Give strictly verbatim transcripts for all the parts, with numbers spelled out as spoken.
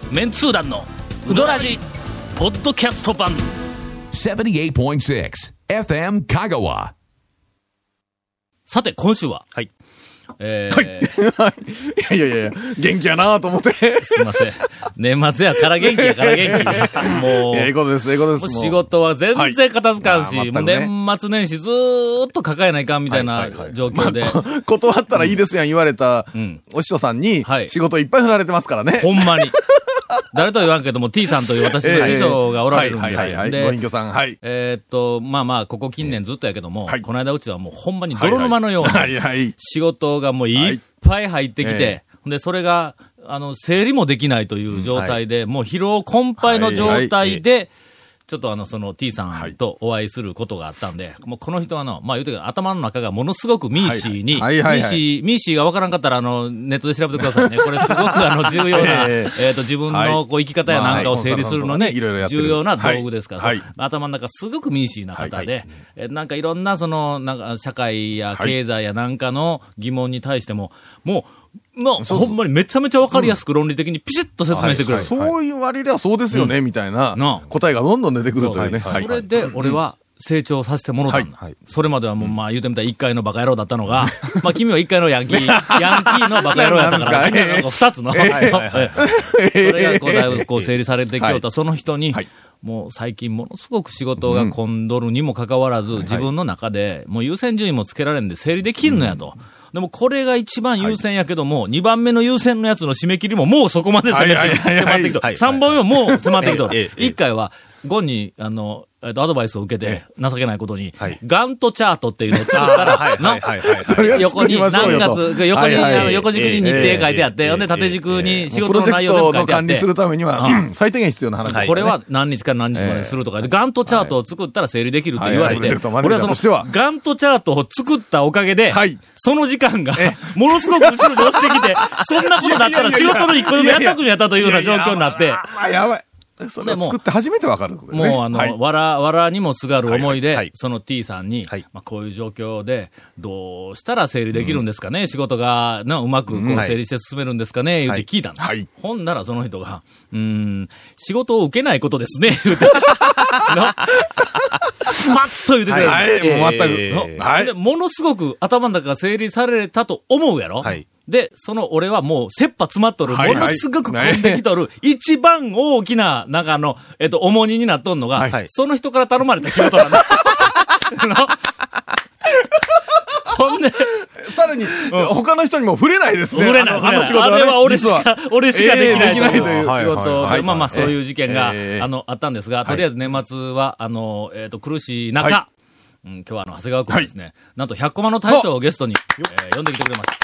メンツー団のウドラジポッドキャスト版ななじゅうはちてんろく エフエム 香川。 さて今週は、 はい。 えー、 はい。いやいやいや、元気やなと思って。 すいません。年末やから元気やから元気。もう、 ええことです、ええことです。 もう仕事は全然片付かんし、 はいもう年末年始ずーっと抱えないかんみたいな状況で。 まあ、断ったらいいですやん言われた、 うん、 お師匠さんに、 はい、 仕事いっぱい振られてますからね。 ほんまに。誰とは言わんけども T さんという私の師匠がおられるんですよ。 はいはいはい。 で、 ご隠居さん、はい。 えー、っと、まあまあ、ここ近年ずっとやけども、 はい、 この間うちはもうほんまに泥沼のように、 はいはい、 仕事がもういっぱい入ってきて、 えー、で、それが、あの、整理もできないという状態で、うんはい、もう疲労困憊の状態で、はいはい、ちょっとあの、その T さんとお会いすることがあったんで、はい、もうこの人はあの、まあ言うてけど頭の中がものすごくミーシーに、ミーシー、ミーシーがわからんかったらあの、ネットで調べてくださいね。これすごくあの、重要な、えっと、自分のこう生き方やなんかを整理するのに、重要な道具ですから、はいはい、頭の中すごくミーシーな方で、はい、なんかいろんなその、なんか社会や経済やなんかの疑問に対しても、もう、の、ほんまにめちゃめちゃわかりやすく論理的にピシッと説明してくれる。 うんはいはい、そう言われりゃそうですよね、うん、みたいな答えがどんどん出てくるというね。 そ, はい、それで俺は成長させてもらったんだ、はい。それまではもうまあ言うてみたら一回のバカ野郎だったのが、まあ君は一回のヤンキー、ヤンキーのバカ野郎やったから、なんか二つの、それがこうだいぶこう整理されてきよった、はい、その人に、はいもう最近ものすごく仕事が混んどるにもかかわらず、うん、自分の中でもう優先順位もつけられんで整理できんのやと。うん、でもこれが一番優先やけども、はい、にばんめの優先のやつの締め切りももうそこまで迫ってきと。さんぼんめももう迫ってきと。いっかいは、ゴンに、あの、えっと、アドバイスを受けて、情けないことに、はい、ガントチャートっていうのを作ったら、の、横に何月、横に、あの、横軸に日程書いてあって、ほんで縦軸に仕事の内容全部書いてあって。 管理するためには、最低限必要な話ですね。 これは何日から何日までするとかで、ガントチャートを作ったら整理できると言われて、俺はその、ガントチャートを作ったおかげで、その時間が、ものすごく後ろに押してきて、そんなことだったら仕事の一個でもやったくんやったというような状況になって。 やばい。それを作って初めてわかることね。 もうあの、はい、わら、わらにもすがる思いで、はいはい、その T さんに、はい、まあこういう状況で、どうしたら整理できるんですかね、うん、仕事が、な、うまくこう整理して進めるんですかね、うん、言うて聞いたんだ。はい。ほんならその人が、うーん、仕事を受けないことですね、言うて。スパッと言うてくれる。 はい、もう全く。えー、はい。で、ものすごく頭の中が整理されたと思うやろ。はい。で、その俺はもう、切羽詰まっとる、ものすごく込んできとる、一番大きな、なんかあの、えっと、重荷になっとんのが、その人から頼まれた仕事なんだ。ほんで、 さらに、他の人にも触れないですね。 触れない。あの仕事はね。あれは俺しか、俺しかできないという仕事。まあまあそういう事件が、あの、あったんですが、とりあえず年末は、あの、えっと、苦しい中、今日はあの、長谷川君ですね、なんとひゃくコマの大将をゲストに、呼んできてくれました。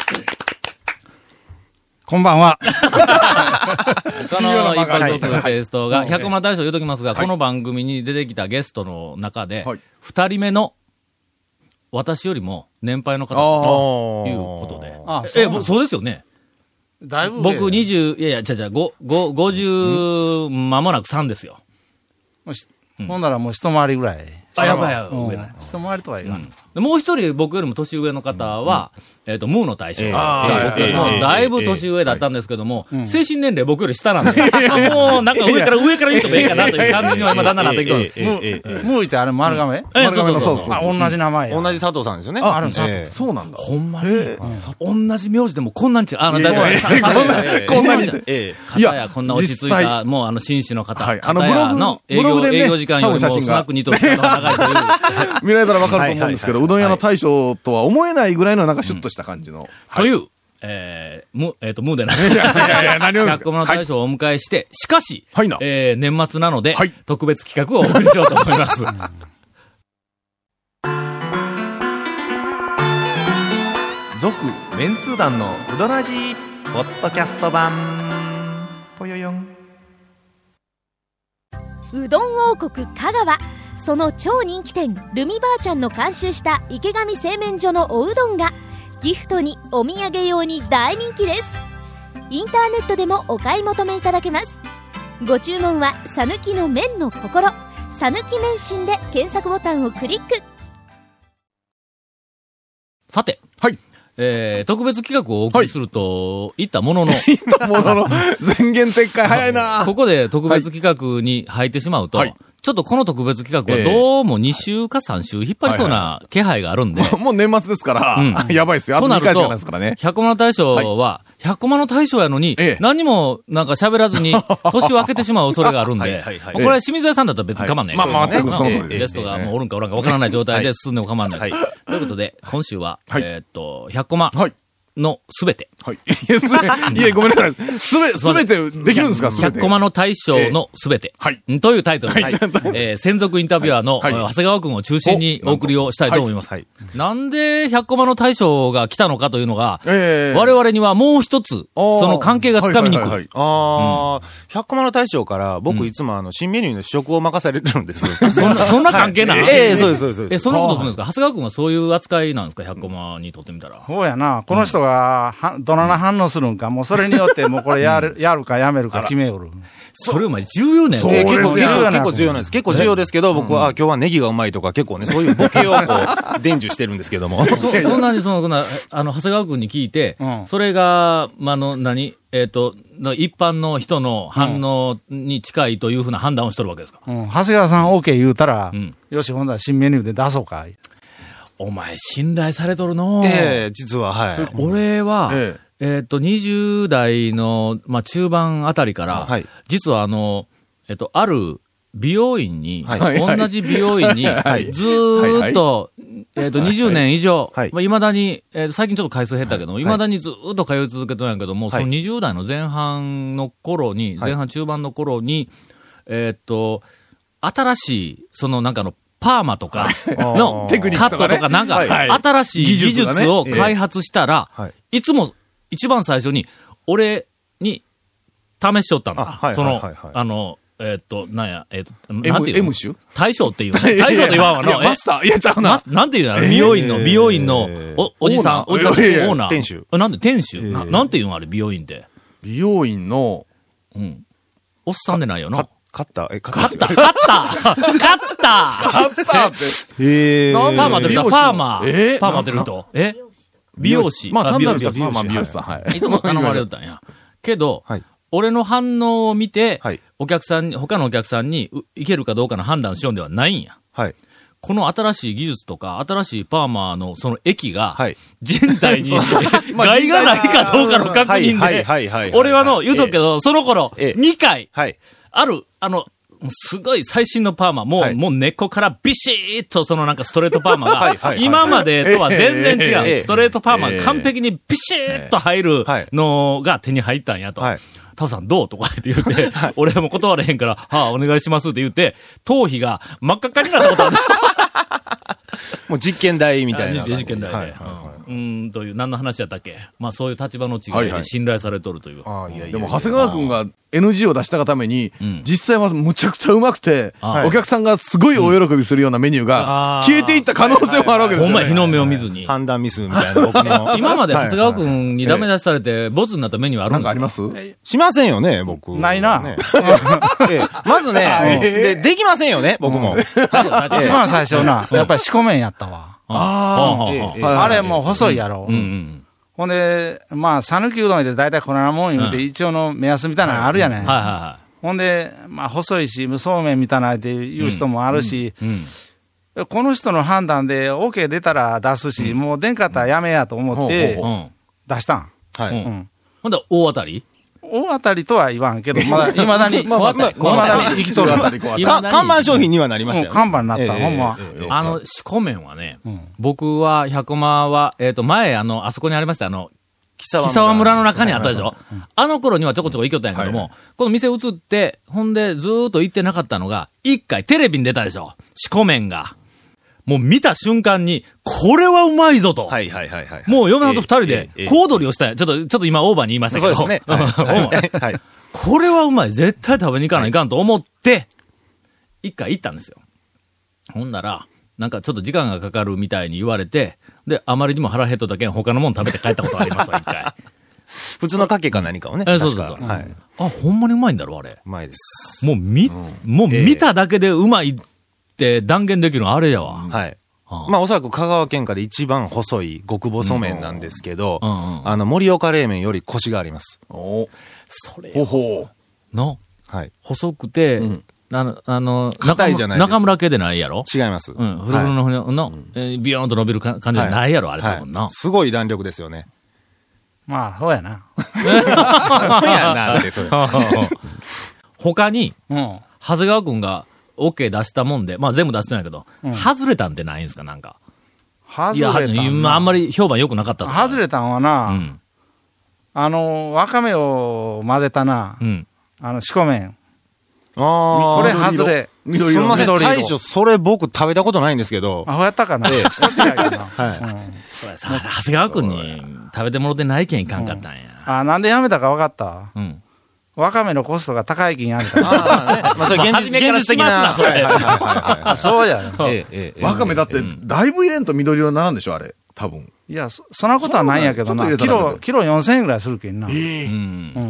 こんばんは。 この一般特テイストが、ひゃくコマ大賞言うときますが、この番組に出てきたゲストの中で、二人目の、私よりも年配の方ということで。ああ、え、そうですよね。 だいぶ僕にじゅう、いやいや、じゃじゃ、ご、ご、ごじゅう、間もなくさんですよ。 ほんならもう一回りぐらい。 あ、やばいやばい。上だ。一回りとはいかん。 もう一人僕よりも年上の方は、えっと、ムーの大将。僕もだいぶ年上だったんですけども、精神年齢僕より下なんで、もうなんか上から上から言うともいいかなという感じには今だんだんなってきてる。 ムーってあれ丸亀？ 丸亀のそうそう。 同じ名前。 同じ佐藤さんですよね。 ある佐藤。 そうなんだ。 ほんまに。同じ名字でもこんなに違う。あの、だいぶ、こんなに。 方やこんな落ち着いた、もうあの紳士の方。あのブログの営業、営業時間よりもスナックにと時間の長いという。 見られたらわかると思うんですけど、うどん屋の大将とは思えないぐらいのなんかシュッとした感じの。 という、えー、む、えっと、むでない。いやいや、何をですか。ひゃくコマの大将をお迎えして、しかし、えー、年末なので、特別企画をお送りしようと思います。 続、メンツー団のうどらじポッドキャスト版、ぽよよん。 うどん王国香川。その超人気店ルミばあちゃんの監修した池上製麺所のおうどんがギフトにお土産用に大人気です。インターネットでもお買い求めいただけます。ご注文はさぬきの麺の心、さぬき麺心で検索ボタンをクリック。 さて、 はい、 えー、特別企画をお送りすると言ったものの、 言ったものの、宣言撤回早いな。 ここで特別企画に入ってしまうと、 はいちょっとこの特別企画はどうもに週かさん週引っ張りそうな気配があるんで、 もう年末ですから、 うんやばいですよ。あとにかいしかないですからね。 ひゃくコマの大将は、ひゃくコマの大将やのにええ、 何もなんか喋らずに、年を明けてしまう恐れがあるんで、 はいはいはいまあこれは清水屋さんだったら別に構わない。 まあまあそうですね全くその通りですゲストがもうおるんかおらんかわからない状態で進んでも構わない。 はいということで、今週は、 はいえーっと、ひゃくコマはい。 のすべて、 はい。いや、すべ、いや、ごめんなさい。すべ、すべてできるんですかすべて。 ひゃくコマの大将のすべて、 はいんというタイトルで、 はいえー専属インタビュアーの、 はい長谷川くんを中心にお送りをしたいと思います。 はいなんでひゃくコマの大将が来たのかというのが、 ええ我々にはもう一つ、その関係がつかみにくい。 はいはいはいああ、ひゃくコマの大将から僕いつもあの、新メニューの試食を任されてるんです。 そんな、そんな関係なの、 ええそうです、そうですそうえ、 です。 そんなことするんですか長谷川くんはそういう扱いなんですか ?ひゃく コマにとってみたら。 そうやな。この人が、はどなな反応するんか、もうそれによってもうこれやる、やるかやめるか決めよる。 それお前重要ねんそうえー結構、 ですよ結構結構重要なんです。結構重要ですけど、僕は、あ今日はネギがうまいとか、結構ね、そういうボケをこう、伝授してるんですけども。 そそんなに、その、こんな、あの、長谷川くんに聞いて、 うんそれが、まあ、あの、何えっ、と、の一般の人の反応に近いというふうな判断をしとるわけですか、 うん。長谷川さん OK 言うたら、 うんよし、ほんなら新メニューで出そうか。 お前、信頼されとるのうええ実は、はい。 俺は、 ええっ、と、にじゅう代の、まあ、中盤あたりから、 はい実はあの、えっ、と、ある美容院に、 はい同じ美容院に、 はいずーっと、えっ、と、にじゅうねん以上、 はいまあ、未だに、えー最近ちょっと回数減ったけども、 はい未だにずーっと通い続けてるんやけども、 はいそのにじゅう代の前半の頃に、 はい前半中盤の頃に、えっ、と、新しい、そのなんかの、パーマとかのテクニッカックとかねトとかなんか、 はい新しい技技術がね術を開発したら、 はいいつも一番最初に、俺に試しとったんだ。 あはいその、 はいはいはいあの、えーっと、なんや、えーっと、なんていう M の種大将っていうの大将と言わんわいやの。 マスターいや、ちゃうなマス。なんていうの美容院の、美容院のえーお、おじさん、 オーナーおじさん、オいやいやいやーナー。 店主あなんで、店主、 ーななんていうのあれ、美容院って。 美容院の、 うん。おっさんでないよな。 か勝ったえ、 勝った勝った勝ったあったって。 へえ。 なんでパーマ当てる人、 美容師パーマ。 えーパーマ当てる人。え美容師。 まあ、単なる美容師まあまあ美容師さん、はい。 いつも頼まれとったんや。けど、 はい俺の反応を見て、 はいお客さんに、他のお客さんにういけるかどうかの判断をしようんではないんや。 はい。 この新しい技術とか、新しいパーマのその液が、 はい人体にまあ害がないかどうかの確認はいではいはいはい、 俺はの、言うとくけど、その頃、 ええにかい、 はい。 ある、あの、すごい最新のパーマ、もう、 はいもう根っこからビシーッとそのなんかストレートパーマが、 はいはいはい今までとは全然違う、 ええストレートパーマが完璧にビシーッと入るのが手に入ったんやと。 はい。 タオさんどうとか言って言って、俺も断れへんから、はあ、お願いしますって言って、頭皮が真っ赤っかになったことある。 もう実験台みたいな。 実験台で。 はいはいはいうん、うーんという、何の話やったっけまあそういう立場の違はいはいいで信頼されとるという。 ああ、いやいやいや。 でも、長谷川くんが エヌジー を出したがためにうん、 実際はむちゃくちゃうまくてあ、 お客さんがすごい大喜びするようなメニューがあー消えていった可能性もあるわけですよね。 ほんまや日の目を見ずに。 判断ミスみたいな僕の。 今まで長谷川くはいんにダメ出しされて、ボツになったメニューあるなんんですかかありますしませんよね、僕。 ないなねええまずね、で、できませんよね、僕も。 一番最初な、やっぱり四股麺やったわ。 ああ、 ええええはいあれもう細いやろ。 うんうん。 ほんで、まあ、讃岐うどんで大体こんなもん言うて、 うん一応の目安みたいなのあるやねん。 はいはほんで、まあ、細いし、無そうめんみたいなって言う人もあるし、 いはい。うん。 この人の判断で OK 出たら出すし、もう出んかったらやめやと思ってう、ん。 出したん。 はい。 うんうん。 ほんで、大当たり大当たりとは言わんけど、まだ、未だに、 まあまあ未だに生きとる。 あたりこうあたり今何看板商品にはなりましたよね。 もう看板になったええほんまええええあの、四股麺はね、 うん僕は、百駒は、えっ、と、前、あの、あそこにありました、あの、 木木沢村の中にあったでしょ、あの頃にはちょこちょこ行きよったんやけども、この店移って、ほんでずーっと行ってなかったのが、一回テレビに出たでしょ四股麺が。もう見た瞬間に、これはうまいぞと。 はいはいはいはい。 もう嫁さんと二人でええええ小躍りをしたんや。ちょっと、ちょっと今オーバーに言いましたけど。 そうですね。はいほんまはいはい。 これはうまい。絶対食べに行かないかんと思って、一回行ったんですよ。ほんなら、なんかちょっと時間がかかるみたいに言われて、で、あまりにも腹減っとったけん他のもん食べて帰ったことありますわ、一回。 普通のかけか何かをね。 えそうそうそう確かはい。 あ、ほんまにうまいんだろ、あれ。 うまいです。 もう見、もう見ただけでうまいって断言できるのあれやわ。 はい。 まあおそらく香川県下で一番細い極細麺なんですけど、 うんうんうん、 あの、盛岡冷麺よりコシがあります。 おそれほほの、 はい。 細くて、うん、あの、あの、 硬いじゃないです中村家でないやろ違います。 うん。フルフルの、はい、の、えー、ビヨーンと伸びる感じじゃないやろ、はい、あれ多分な、はい。 すごい弾力ですよね。 まあ、そうやな。 そうやなって、それ。 他に、 うん、 長谷川くんが OK 出したもんで、まあ全部出してないけど、うん、外れたんってないんですか、なんか。 外れたんいや、あんまり評判良くなかったとか。 外れたんはな、うん、あの、わかめを混ぜたな、 うん、 あの、四股麺。 ああ。 これ外れ。 緑色。すみません、大将、それ僕食べたことないんですけど。 あ、ほやったかな。ええ、一つ違いかな。 はい。うん、それさ、長谷川くんに食べてもろてないけんいかんかったんや。 うん、あ、なんでやめたか分かった。 うん。 わかめのコストが高いけんやめた。 ああ、ね。まあ、それ現実、現実的な。 それ。 そうや。 わかめだって、だいぶ入れんと緑色にならんでしょ、あれ。多分。 いや、そ、そんなことはないんやけどな。キロ、キロよんせんえんぐらいするけんな。 ええ。 うん。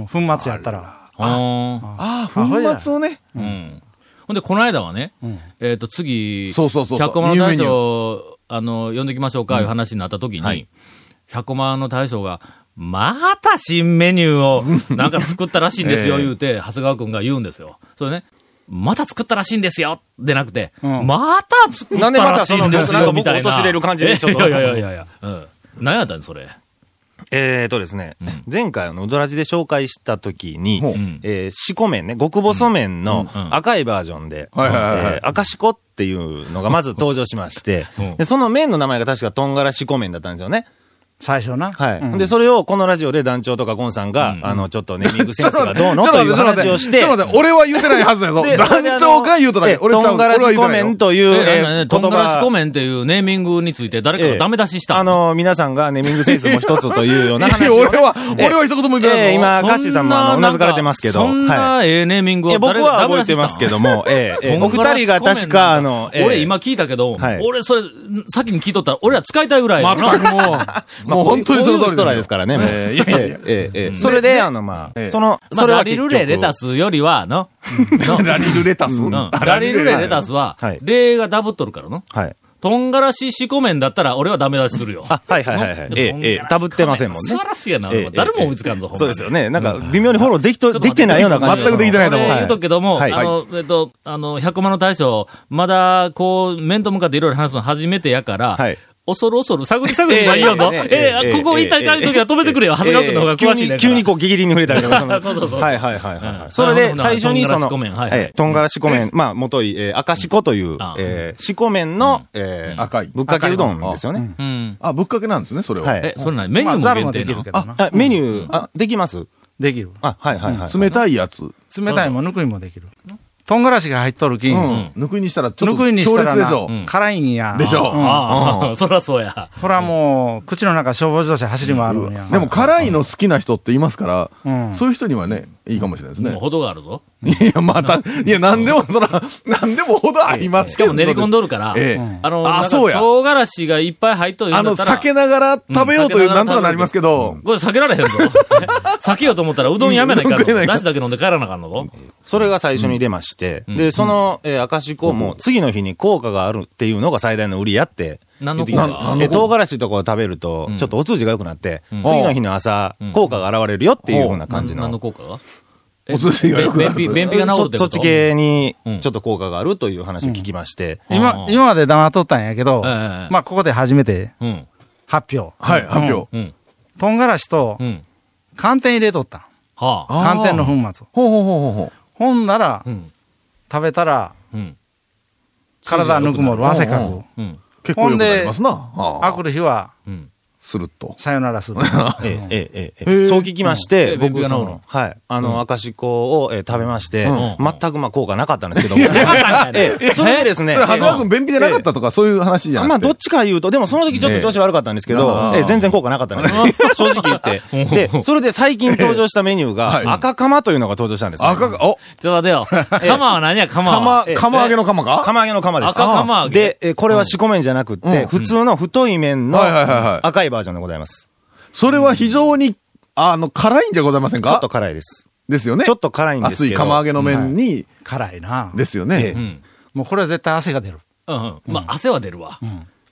粉末やったら。 ああ、粉末をね。 うん。ほんで、この間はね、えっと、次、 そうそうそう。 百コマの大将、あの、呼んできましょうか、いう話になった時に、百コマの大将が、また新メニューをなんか作ったらしいんですよ、言うて、長谷川くんが言うんですよ。それね、また作ったらしいんですよでなくて、また作ったらしいんですよ、みたいな。 なんでまたその、僕落としれる感じでちょっと。 いやいやいやいや、うん。何やったんそれ。 えーとですね、前回のうどらじで紹介したときに、えー、四股麺ね、極細麺の赤いバージョンで、赤四股っていうのがまず登場しまして、でその麺の名前が確かとんがら四股麺だったんですよね。 最初な。 はい。うん、で、それをこのラジオで団長とかゴンさんが、うん、あの、ちょっとネーミングセンスがどうのという話をして。 ちょっと待って、俺は言うてないはずだよ。団長が言うとない。 俺ちゃう。とんがらしこ麺という、 えー、とんがらしこ麺っていうネーミングについて誰かがダメ出しした。 あの、皆さんがネーミングセンスも一つというような話を、ね。 俺は、俺は一言も言ってない。 えー、今、カッシーさんもあの、うなずかれてますけど。 そんなええネーミングを誰が僕は覚えてますけども、えー、お二人が確か、あの、 俺今聞いたけど、俺それ、先に聞いとったら、俺ら使いたいぐらい。 まったくもう、もう本当にそのストライですからね。ええ、ええ、それで、あの、まあ、その、 それはラリルレレタスよりは、の、 ラリルレタスラリルレレタスは、レがダブっとるからの。はい。とんがらし四股麺だったら俺はダメ出しするよ。 あ、はいはいはいはい。ええ、ええ、ダブってませんもんね。 素晴らしいやな。誰も追いつかんぞ、 そうですよね。なんか、微妙にフォローできと、できてないような感じ。 全くできてないと思う。 言うとくけども、あの、えっと、あの、百万の大将、まだ、こう、面と向かっていろいろ話すの初めてやから、はい。恐る恐る、探り探り言いよんの。ええ、ここ行ったり帰るときは止めてくれよ。長谷川君の方が詳しいね。 急にこう、ギリギリに触れたりとか。 そうそうそう。 はいはいはいはい。それで、最初にその、とんがらしこ麺、まあ、もとい、赤しこという、え、しこ麺の、え、赤い。ぶっかけうどんですよね。 うん。 あ、ぶっかけなんですね、それは。 え、それなにメニューも限定なの？ あ、メニュー、あ、できますできる。 あ、はいはいはい。 冷たいやつ。 冷たいもぬくいもできる。とんがらしが入っとるきん。 ぬくいにしたらちょっと強烈でしょ。 辛いんや。 でしょ。 ああ、そらそうや。 ほらもう、口の中消防自動車走りもあるんや。 でも辛いの好きな人っていますから、そういう人にはね、いいかもしれないですね。 ほどがあるぞ。 いや、また、いや、なんでも、そら、なんでもほどありますけど。しかも練り込んどるから、あの、あ、そうや。唐辛子がいっぱい入っとるんだったら。 あの、避けながら食べようというなんとかなりますけど。 これ避けられへんぞ。避けようと思ったらうどんやめないかんの。だしだけ飲んで帰らなあかんのぞ。 それが最初に出まして、で、その、え、赤しこも次の日に効果があるっていうのが最大の売りやって、 何の効果？ え、唐辛子とかを食べると、ちょっとお通じが良くなって、次の日の朝、効果が現れるよっていうような感じの。 何の効果が？ お通じが良くなる。 便秘、便秘が治るってこと？ そっち系に、ちょっと効果があるという話を聞きまして。 今、今まで黙っとったんやけど、まあ、ここで初めて、発表。 はい、発表。 唐辛子と、寒天入れとったん。寒天の粉末。 ほうほうほうほうほう。 ほんなら、食べたら、体ぬくもる、汗かく。 結構よくなりますな。 あくる日は、 すると。 さよならする。 ええ、ええ、ええ。そう聞きまして、僕、その、はい。あの、赤しこを食べまして、全くまあ効果なかったんですけども。ええ、それでですね。 それ、長谷川君便秘でなかったとか、そういう話じゃん。 まあ、どっちか言うと、でもその時ちょっと調子悪かったんですけど、ええ、全然効果なかったんです。正直言って。で、それで最近登場したメニューが、赤釜というのが登場したんです赤釜、おちょっと待てよ。釜は何や、釜は。 釜、釜揚げの釜か釜揚げの釜です。 赤釜揚げ。 で、これは四股麺じゃなくて、普通の太い麺の赤いバージョンでございます。 それは非常に、あの、辛いんじゃございませんか？ ちょっと辛いです。 ですよね。 ちょっと辛いんですけど。 熱い釜揚げの麺に。 辛いな。 ですよね。 もうこれは絶対汗が出る。 うんうん。まあ、汗は出るわ。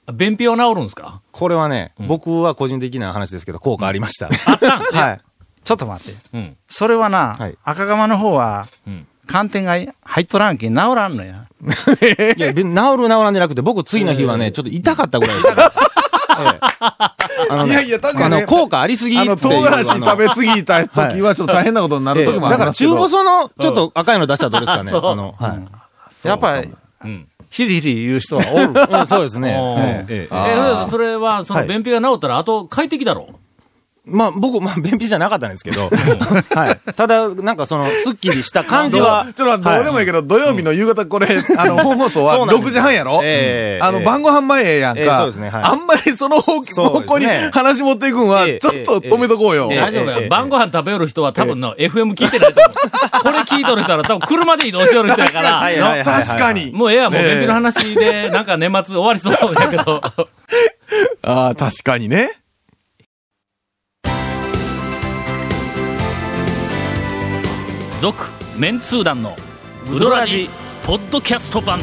便秘は治るんですか？ これはね、うん、僕は個人的な話ですけど、効果ありました。 あったんはい。ちょっと待って。 うん、 それはな、はい、赤釜の方は、うん、寒天が入っとらんけん治らんのや。 いや、治る治らんじゃなくて、僕次の日はね、ちょっと痛かったぐらいです。ええ、あのね、いやいや、確かに、ね、あの、効果ありすぎっていう。あの、 唐辛子食べすぎた時はちょっと大変なことになる時もある、 ええ、だから中細のちょっと赤いの出したらどうですかね。 ああの、はい。 やっぱり、うん、ヒリヒリ言う人はおる。 うん、そうですね。 ええええ、それは、その便秘が治ったら、あと快適だろう。 まあ僕、まあ便秘じゃなかったんですけど、はい。ただ、なんかその、スッキリした感じは。 ちょっとどうでもいいけど、土曜日の夕方これ、あの、本放送はろくじはんやろ？ええ。あの、晩ご飯前やんか。そうですね。あんまりその方向に話持っていくんは、ちょっと止めとこうよ。 大丈夫や。晩ご飯食べよる人は多分の エフエム 聞いてないと思う。これ聞いとる人は多分車で移動しよる人やから。 確かに。 もうええや、もう便秘の話で、なんか年末終わりそうやけど。 ああ、確かにね。 続メンツー団のウドラジポッドキャスト版。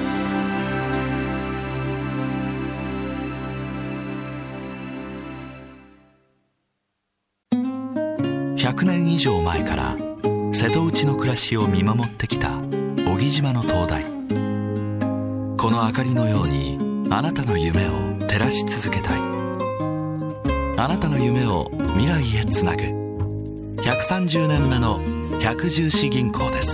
ひゃくねん以上前から瀬戸内の暮らしを見守ってきた小木島の灯台。この明かりのようにあなたの夢を照らし続けたい。あなたの夢を未来へつなぐひゃくさんじゅうねんめの百十四銀行です。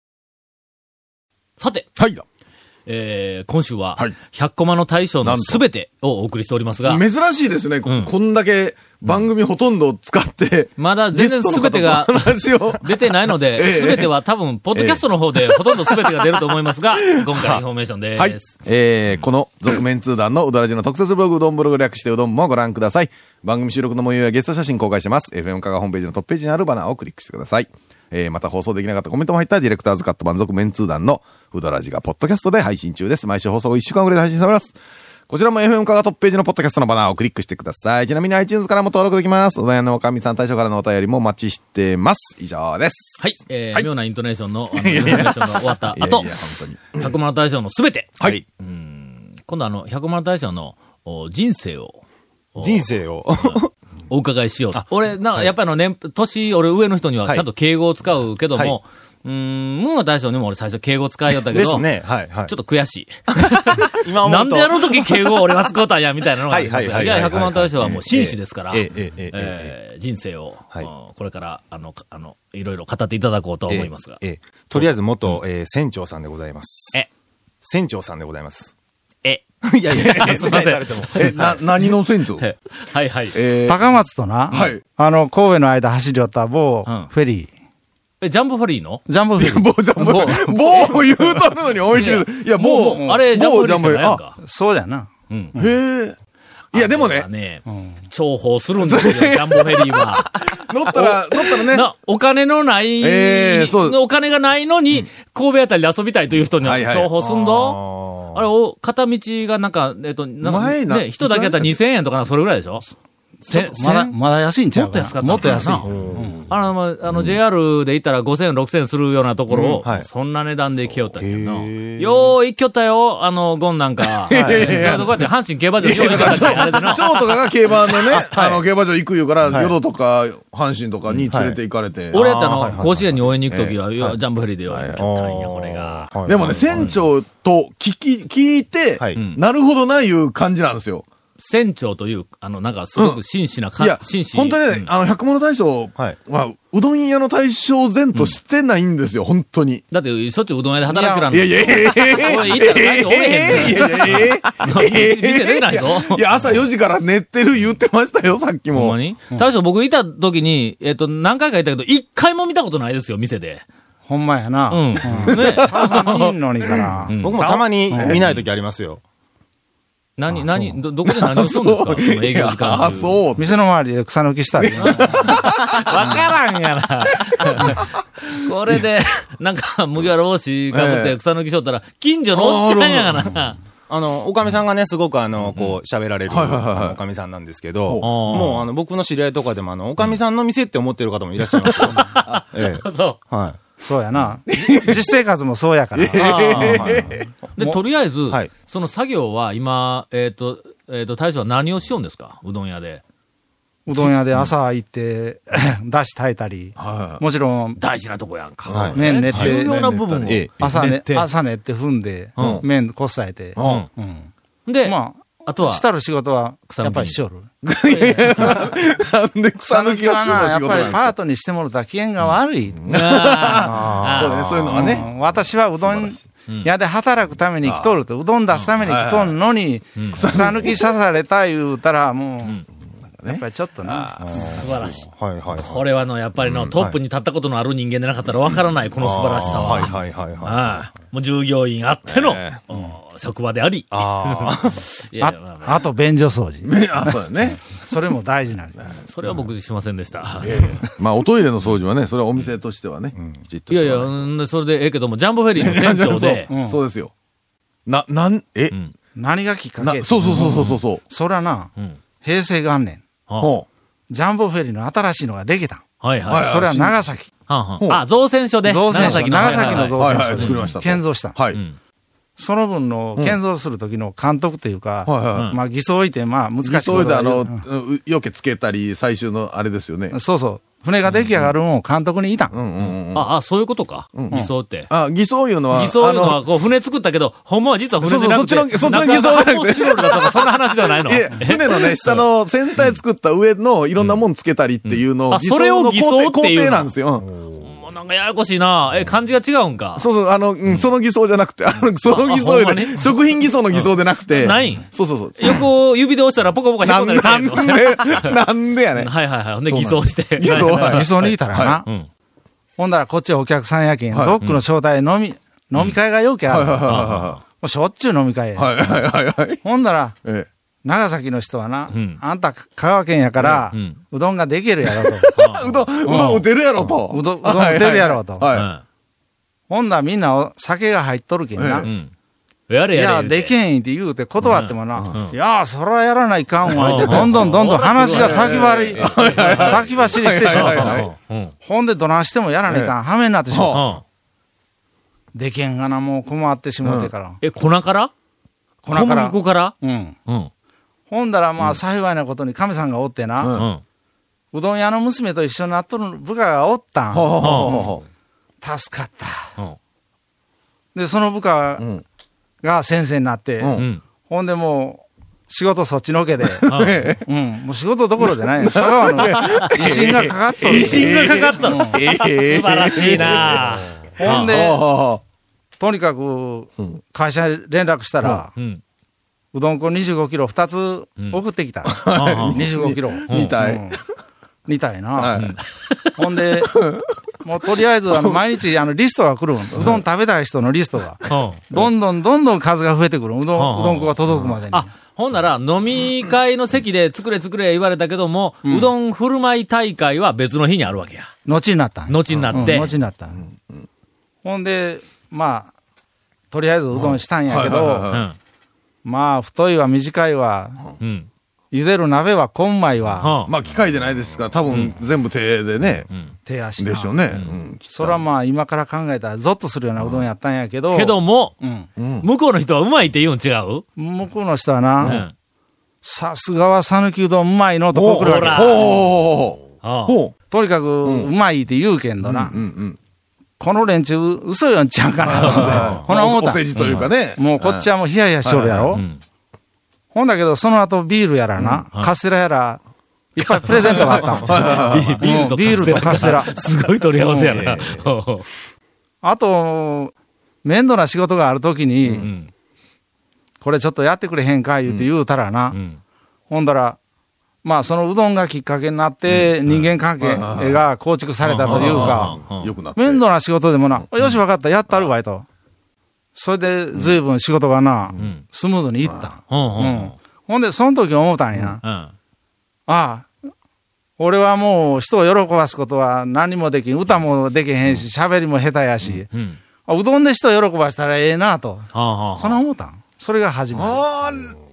さて、 はい、 えー、今週はひゃくコマの大賞のすべてをお送りしておりますが、 珍しいですね、うん、こんだけ番組ほとんど使って、 うん、まだ全然すべてが出てないので、すべては多分ポッドキャストの方でほとんどすべてが出ると思いますが、今回インフォメーションです。はい、 えー、この続面通談のうどらじの特設ブログうどんブログ略してうどんもご覧ください。番組収録の模様やゲスト写真公開してます。 エフエム 香川ホームページのトップページにあるバナーをクリックしてください。えー、また放送できなかったコメントも入ったディレクターズカット版続面通談のうどらじがポッドキャストで配信中です。毎週放送後いっしゅうかんぐらいで配信されます。こちらも エフエム 香川トップページのポッドキャストのバナーをクリックしてください。ちなみに iTunes からも登録できます。おだやのおかみさん大将からのお便りもお待ちしてます。以上です。 はい。えーはい、妙なイントネーションの、あの、イントネーションが終わった後、いやいや本当にひゃくまん大賞のすべて。 はい。 うん、今度あの、ひゃくまん大賞の人生を。 人生をお伺いしよう。俺、な、はい、やっぱりの年、年、俺上の人にはちゃんと敬語を使うけども、はい、うーん、ムーマ大将にも俺最初敬語使いよったけど、 ですね、はい、はい。 ちょっと悔しい。今なんであの時敬語を俺は使うたんや、みたいなのがありますが、じゃあひゃくまん大将はもう紳士ですから、人生を、はい、これから、あの、あの、いろいろ語っていただこうと思いますが。 ええええ、とりあえず元、うん、えー、船長さんでございます。え船長さんでございます。 えいやいやいや、すみません。 え、な、何の船長はいはい。 えー、高松とな、はい。あの、神戸の間走り寄った某フェリー。 え、ジャンボフェリーのジャンボフェリー。 某ジャンボフェリー。某言うとるのに思い切る。いや、某、 あれ、ジャンボフェリーじゃないか。 そうじゃな。 うん。へえ。いや、でもね。 ね、重宝するんですよ、ジャンボフェリーは。 乗ったら、乗ったらね。 お金のない、えー、そう。お金がないのに、神戸あたりで遊びたいという人には重宝すんど。あれ、お、片道がなんか、えっと、なんか、ね、人だけやったらにせんえんとかな、それぐらいでしょまだ、まだ安いんちゃうかな。 もっと安かった。 もっと安い。 あの、まあ、あの、ジェイアール で行ったらごせん、ろくせんするようなところを、そんな値段で行きよったけどな。よー行きよったよ、あの、ゴンなんか。はい。どうやって阪神競馬場よう行きよったっけあれでな。 蝶とかが競馬のね、あの、競馬場行く言うから、淀とか、阪神とかに連れて行かれて。 俺やったの、甲子園に応援に行くときは、ジャンボフェリーでよ、行きよったんや、これが。 でもね、船長と聞き、聞いて、なるほどな、いう感じなんですよ。 船長という、あの、なんか、すごく真摯なか、 いや、 真摯。 本当にね、あの、百物大将は、うどん屋の大将前としてないんですよ、本当に。 だって、しょっちゅううどん屋で働くからいやいやいやいや俺、行ったら大将おれへんねん。いやいやいやいや店出ないぞ。 いや、朝よじから寝てる言ってましたよ、さっきも。 ほんまに大将、僕いた時に、えっと、何回かいたけど、一回も見たことないですよ、店で。 ほんまやな。 うん。ね。 見んのにかな。 僕もたまに見ない時ありますよ。 何、何、ど、どこで何をするんですかその営業時間中。 あ、そう。 店の周りで草抜きしたり。 わからんやな。これで、なんか、麦わら帽子かぶって草抜きしとったら、近所のおっちゃんやがな。 あの、おかみさんがね、すごくあの、こう、喋られる、おかみさんなんですけど、もう、あの、僕の知り合いとかでも、あの、おかみさんの店って思ってる方もいらっしゃいますよ。 ええ。そう。 はい。 そうやな。実生活もそうやから。 で、とりあえず、 はいその作業は今、えっ、と、えっ、と、大将は何をしようんですか、うどん屋で。 うどん屋で朝行って、だし炊いたり、もちろん、 大事なとこやんか。 はい麺練って、 重要な部分を。 ええ朝ね、 練って朝練って踏んでうん、 麺こっさえて、 うんうんで、 まあ、 あとは、 したる仕事は、 草抜きやっぱりしょる。 なんで草抜きが主のはな、やっ仕事なんですか。 ぱりパートにしてもらったら機嫌が悪い。 あそうね、そういうのはね。 うん私はうどん屋で働くために来とると、うどん出すために来とんのに、草抜きさされた言うたら、もう、やっぱりちょっとな。 素晴らしい。 はいはいはい。 これはの、やっぱりの、トップに立ったことのある人間でなかったらわからない、この素晴らしさは。 はいはいはいはい。 ああもう従業員あっての、うん職場であり。 あいやいやまあまあああと、便所掃除。 あ、そうだね。 それも大事なんだ。 それは僕しませんでした。 まあ、おトイレの掃除はね、それはお店としてはね、きちっといやいや、 してもらうんそれでええけども、ジャンボフェリーの船長で、 そうそうですよ。な、なん、え、 ん何がきっかなけそうそうそうそうそう。 そらな、 ん平成元年、 はほジャンボフェリーの新しいのができたん。 はいはい。 はいそれは長崎。 はんはんほうあ、造船所で。 造船所、長崎のう。はいはい、 造船所で作りましたと。 建造したん。 はい。 んその分の建造する時の監督というか、 はいはい。 まあ偽装いて、まあ難しいことそういうで、あの、 は言ううよけつけたり、最終のあれですよねうん。そうそう。船が出来上がるのを監督にいたん。 うんうんうん。 あ、あ、そういうことか。偽装って。 あ、偽装いうのは、 偽装いうのあは、こう、船作ったけど、ほんまは実は船じゃなくて。 そうそうそっちのそっちの偽装じゃなくて中が発泡スチロールだとか、そんな話ではないの。 いえ、船のね、下の船体作った上のいろんなもんつけたりっていうのを、 うんあそれを偽装っていうの工程なんですよ。うんもうなんかややこしいな。え、漢字が違うんか。 そうそう、あの、うんその偽装じゃなくて、あの、その偽装あほんまにで、食品偽装の偽装でなくて、 ないそうそうそう。 横を指で押したらポコポコな引っ込んだりんなんで、なんでやねん。 はいはいはい。ほんで偽装して。 偽装は偽装にいたらな。 うん。 ほんだらこっちはお客さんやけん、 はいドックの招待飲み、飲み会がようけある。もはうしょっちゅう飲み会や。 いはいはい。はいはいはいはい。 ほんだら、 え長崎の人はな、 うんあんた香川県やから、 ううんどんができるやろと。 え。うどん、うどん打てるやろと。 うどんうどん打てるやろとはいはいはい。 はほんだらみんなお酒が入っとるけんな。 い。うん。やれいや、 やれ。 でけんって言うて断ってもな、 うんいや、そらやらないかんわ、って、どんどんどんどん話が先走り、先走りしてしまう。 はいはいはいうん。うん。 ほんでどないしてもやらないかん、はめになってしまう。 うんでけんがな、もう困ってしまってから。 え、粉から粉から小麦粉からうん。 うん。 ほんだらまあ幸いなことに神さんがおってな、 ううんん。 うどん屋の娘と一緒になっとる部下がおったん。 ほうほうほうほ助かった。 うん。 で、その部下う。うん。 が先生になって、 うんうん。 ほんでもう、仕事そっちのけで、 うんうん、もう仕事どころでない。香川の威信がかかっとる。 威信がかかったの。 うんええ。 素晴らしいな。 ほんで、 ほうほうほとにかくん、 会社に連絡したら、 うん。 うどん粉にじゅうごキロふたつ送ってきた。 うんにじゅうごキロ。 う二体。 うんに体な。 はい。 ほんで、もうとりあえず、あの、毎日、あの、リストが来るん。うどん食べたい人のリストが。 うん。 どんどんどんどん数が増えてくる。うどん、うどん粉が届くまでに。 あ、ほんなら、飲み会の席で作れ作れ言われたけども、うどん振る舞い大会は別の日にあるわけや。 後になったん。 後になって。 うん後になったん。ほんで、まあ、とりあえずうどんしたんやけはいはいはいど、 うん。 まあ、太いわ、短いわ、 うん。 茹でる鍋はこんまいわ、 はまあ、機械でないですから、多分全部手でね、 手足なでしょうね。うん。 それはまあ、今から考えたら、ゾッとするようなうどんやったんやけど、 けども、 うん、 向こうの人はうまいって言うん違う向こうの人はうな、 ん。 さすがは讃岐うどんうまいのとこう来るわけ。 ほらほうほうほうああほう。ほとにかく、うまいって言うけんどな、 う。うんうん。 この連中、嘘よんちゃうかなと思って、ほな思ったお世。辞というかね。 もうこっちはもうヒヤヒヤしとるやろ。 うん。 ほんだけど、その後ビールやらな、 うんカステラやら、いっぱいプレゼントがあった。 ビールとビールとカステラ。 すごい取り合わせやな。 あと、面倒な仕事があるときうに、 ん。 これちょっとやってくれへんか言うて言うたらな、 うん。 ほんだら、まあそのうどんがきっかけになって人間関係が構築されたというか、 うんよくなって。 面倒な仕事でもな、よしわかった、やったるわいと。それで随分仕事がな、 んスムーズにいった。 うん。ううんん。ほんで、その時思ったんや。 うん。 ああ、俺はもう人を喜ばすことは何もできん。歌もできへんし、喋りも下手やし、 うん。 あうどんで人を喜ばしたらええなと。 はあはあ。 その思ったん。それが始まり。 あ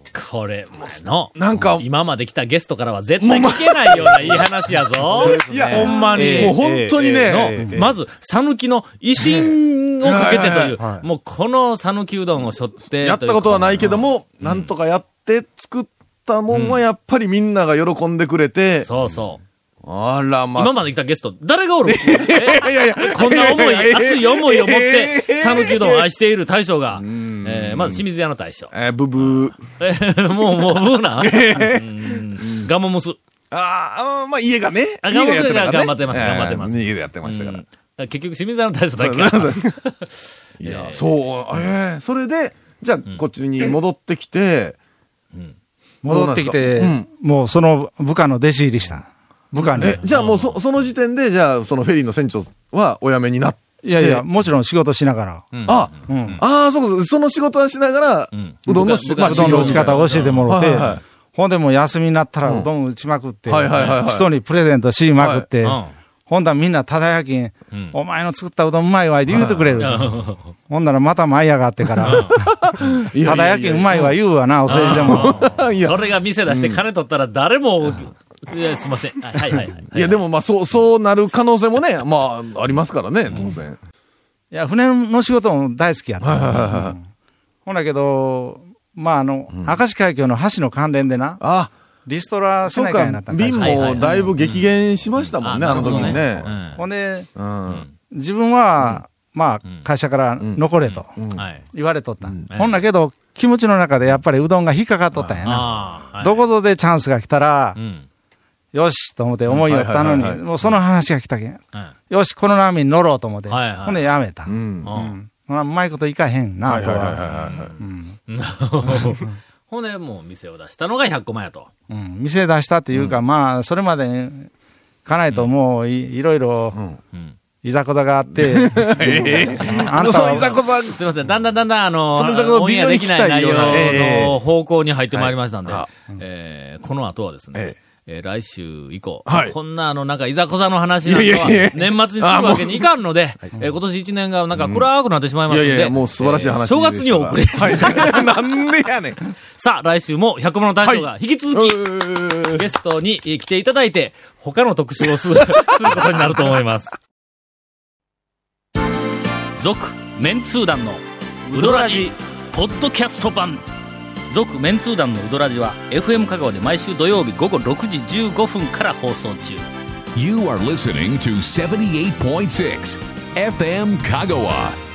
これの、 なんか、 今まで来たゲストからは絶対聞けないようないい話やぞ。 いやほんまに。 もう本当にね、 の、まず、さぬきの威信をかけてという、もうこのさぬきうどんを背負って。 やったことはないけども、なんとかやって作ったもんはやっぱりみんなが喜んでくれて。 そうそう。 あらま。 今まで来たゲスト、誰がおるいやいやいや、 こんな思い、熱い思いを持って、さぬきうどんを愛している大将が、えー、まず清水屋の大将。 えー、ブブー。 えー、もう、もう、ブーな。ガモムス。 ああ、まあ家がね。 あ、ガモムスが頑張ってます、頑張ってます。 家でやってましたから。 結局清水屋の大将だけ。 いや、そう、ええ、それで、じゃあ、こっちに戻ってきて、 戻ってきて、もうその部下の弟子入りした。部下に。 え、じゃあもうそ、その時点で、じゃあ、そのフェリーの船長はお辞めになって。 いやいや、もちろん仕事しながら。 あ、ああ、そうそう、その仕事はしながら、うどんの、 まあ、うどんの打ち方を教えてもらって、ほんでもう休みになったらうどん打ちまくって、人にプレゼントしまくって、ほんだらみんなただやきん、お前の作ったうどんうまいわ、って言うてくれる。ほんならまた舞い上がってから、ただやきんうまいわ言うわな、お世辞でも。 それが店出して金取ったら誰も、いや、すいません。はいはいはい。 いや、でもまあ、そう、そうなる可能性もね、まあ、ありますからね、当然。 いや、船の仕事も大好きやった。ほんだけど、まあ、あの、明石海峡の橋の関連でな、あリストラせないかになったん便もだいぶ激減しましたもんね、あの時にね。 ほんで、自分は、まあ、会社から残れと言われとった。ほんだけど、気持ちの中でやっぱりうどんが引っかかっとったんやな。どこぞでチャンスが来たら、よしと思って思いよったのに、もうその話が来たけん。よし、この波に乗ろうと思って、ほんでやめた。うまいこといかへんな、とは。 ほんで、もう店を出したのがひゃっこまやと。 店出したっていうか、まあ、それまでかないともういろいろ、いざこざがあって。 あの、そのいざこざ。 すいません。だんだんだんだん、あの、オンエアできない内容の方向に入ってまいりましたんで、えー、この後はですね、えー、来週以降、はい、こんなあの、なんかいざこざの話なんかは、年末にするわけにいかんので、えー、今年一年がなんか暗くなってしまいますので、いやいやもう素晴らしい話、えー、 正月に遅れ。 はい、なんでやねん。 さあ、来週もひゃくまの大将が引き続き、はい、ゲストに来ていただいて、他の特集をする、することになると思います。続、メンツー団のウドラジ、ポッドキャスト版。続メンツー団のウドラジは エフエム 香川で毎週土曜日午後ろくじじゅうごふんから放送中。 You are listening to seventy-eight point six エフエム 香川。